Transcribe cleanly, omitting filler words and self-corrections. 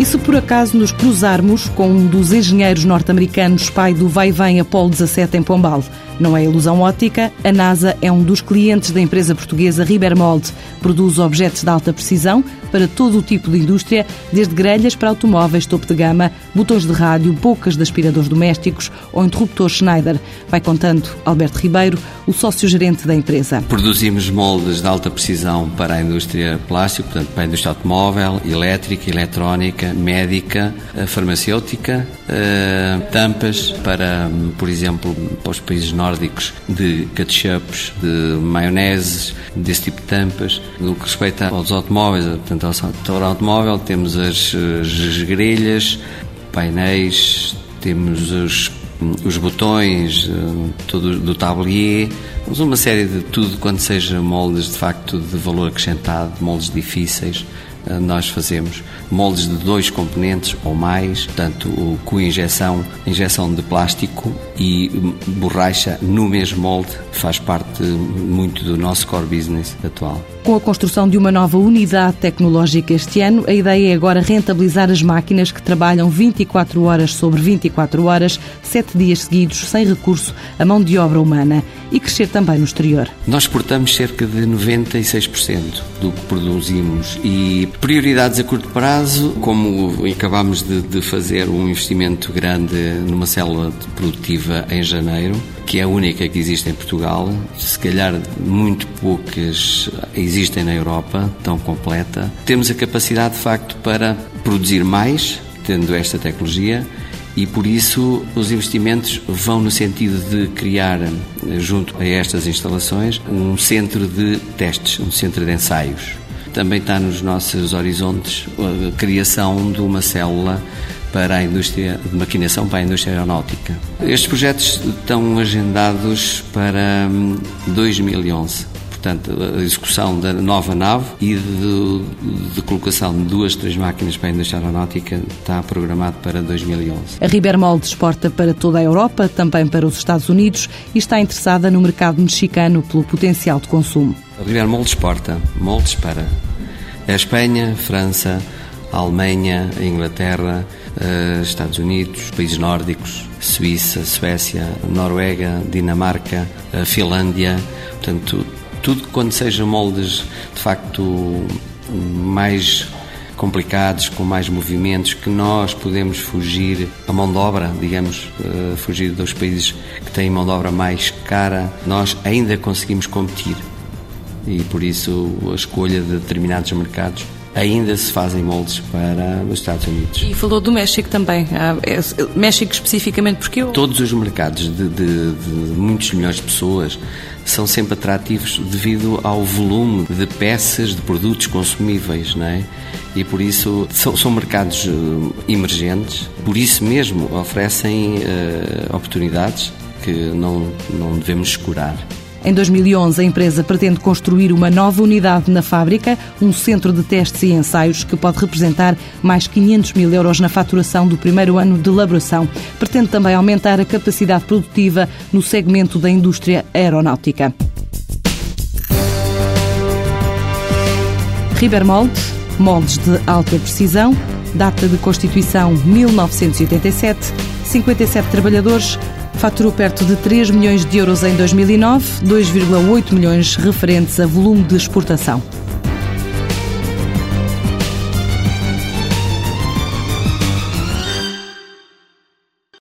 E se por acaso nos cruzarmos com um dos engenheiros norte-americanos, pai do vai-vem Apollo 17 em Pombal? Não é ilusão óptica, a NASA é um dos clientes da empresa portuguesa Ribermold. Produz objetos de alta precisão para todo o tipo de indústria, desde grelhas para automóveis topo de gama, botões de rádio, bocas de aspiradores domésticos ou interruptores Schneider. Vai contando Alberto Ribeiro, o sócio-gerente da empresa. Produzimos moldes de alta precisão para a indústria plástica, portanto para a indústria automóvel, elétrica, eletrónica, médica, farmacêutica, tampas para, por exemplo, para os países nórdicos, de ketchups, de maioneses, desse tipo de tampas. No que respeita aos automóveis, portanto ao setor automóvel, temos as grelhas, painéis, temos os botões do tablier, temos uma série de tudo quanto seja moldes de facto de valor acrescentado, moldes difíceis. Nós fazemos moldes de 2 componentes ou mais, portanto, com injeção de plástico e borracha no mesmo molde, faz parte muito do nosso core business atual. Com a construção de uma nova unidade tecnológica este ano, a ideia é agora rentabilizar as máquinas que trabalham 24 horas sobre 24 horas, 7 dias seguidos, sem recurso à mão de obra humana, e crescer também no exterior. Nós exportamos cerca de 96% do que produzimos e prioridades a curto prazo, como acabámos de fazer um investimento grande numa célula produtiva em janeiro, que é a única que existe em Portugal, se calhar muito poucas existem na Europa, tão completa. Temos a capacidade, de facto, para produzir mais, tendo esta tecnologia, e por isso os investimentos vão no sentido de criar, junto a estas instalações, um centro de testes, um centro de ensaios. Também está nos nossos horizontes a criação de uma célula para a indústria de maquinação, para a indústria aeronáutica. Estes projetos estão agendados para 2011. Portanto, a execução da nova nave e de colocação de 2, 3 máquinas para a indústria aeronáutica está programado para 2011. A Ribermold exporta para toda a Europa, também para os Estados Unidos, e está interessada no mercado mexicano pelo potencial de consumo. A Ribermold exporta moldes para a Espanha, França, a Alemanha, a Inglaterra, Estados Unidos, países nórdicos, Suíça, Suécia, Noruega, Dinamarca, Finlândia, portanto, tudo quando sejam moldes de facto mais complicados, com mais movimentos, que nós podemos fugir à mão de obra, digamos, fugir dos países que têm mão de obra mais cara, nós ainda conseguimos competir. E por isso a escolha de determinados mercados ainda se fazem moldes para os Estados Unidos. E falou do México também. México especificamente porque todos os mercados de muitos milhões de pessoas são sempre atrativos devido ao volume de peças, de produtos consumíveis, não é? E por isso são mercados emergentes, por isso mesmo oferecem oportunidades que não devemos escurar. Em 2011, a empresa pretende construir uma nova unidade na fábrica, um centro de testes e ensaios que pode representar mais 500 mil euros na faturação do primeiro ano de elaboração. Pretende também aumentar a capacidade produtiva no segmento da indústria aeronáutica. Ribermold, moldes de alta precisão, data de constituição 1987, 57 trabalhadores, faturou perto de 3 milhões de euros em 2009, 2,8 milhões referentes a volume de exportação.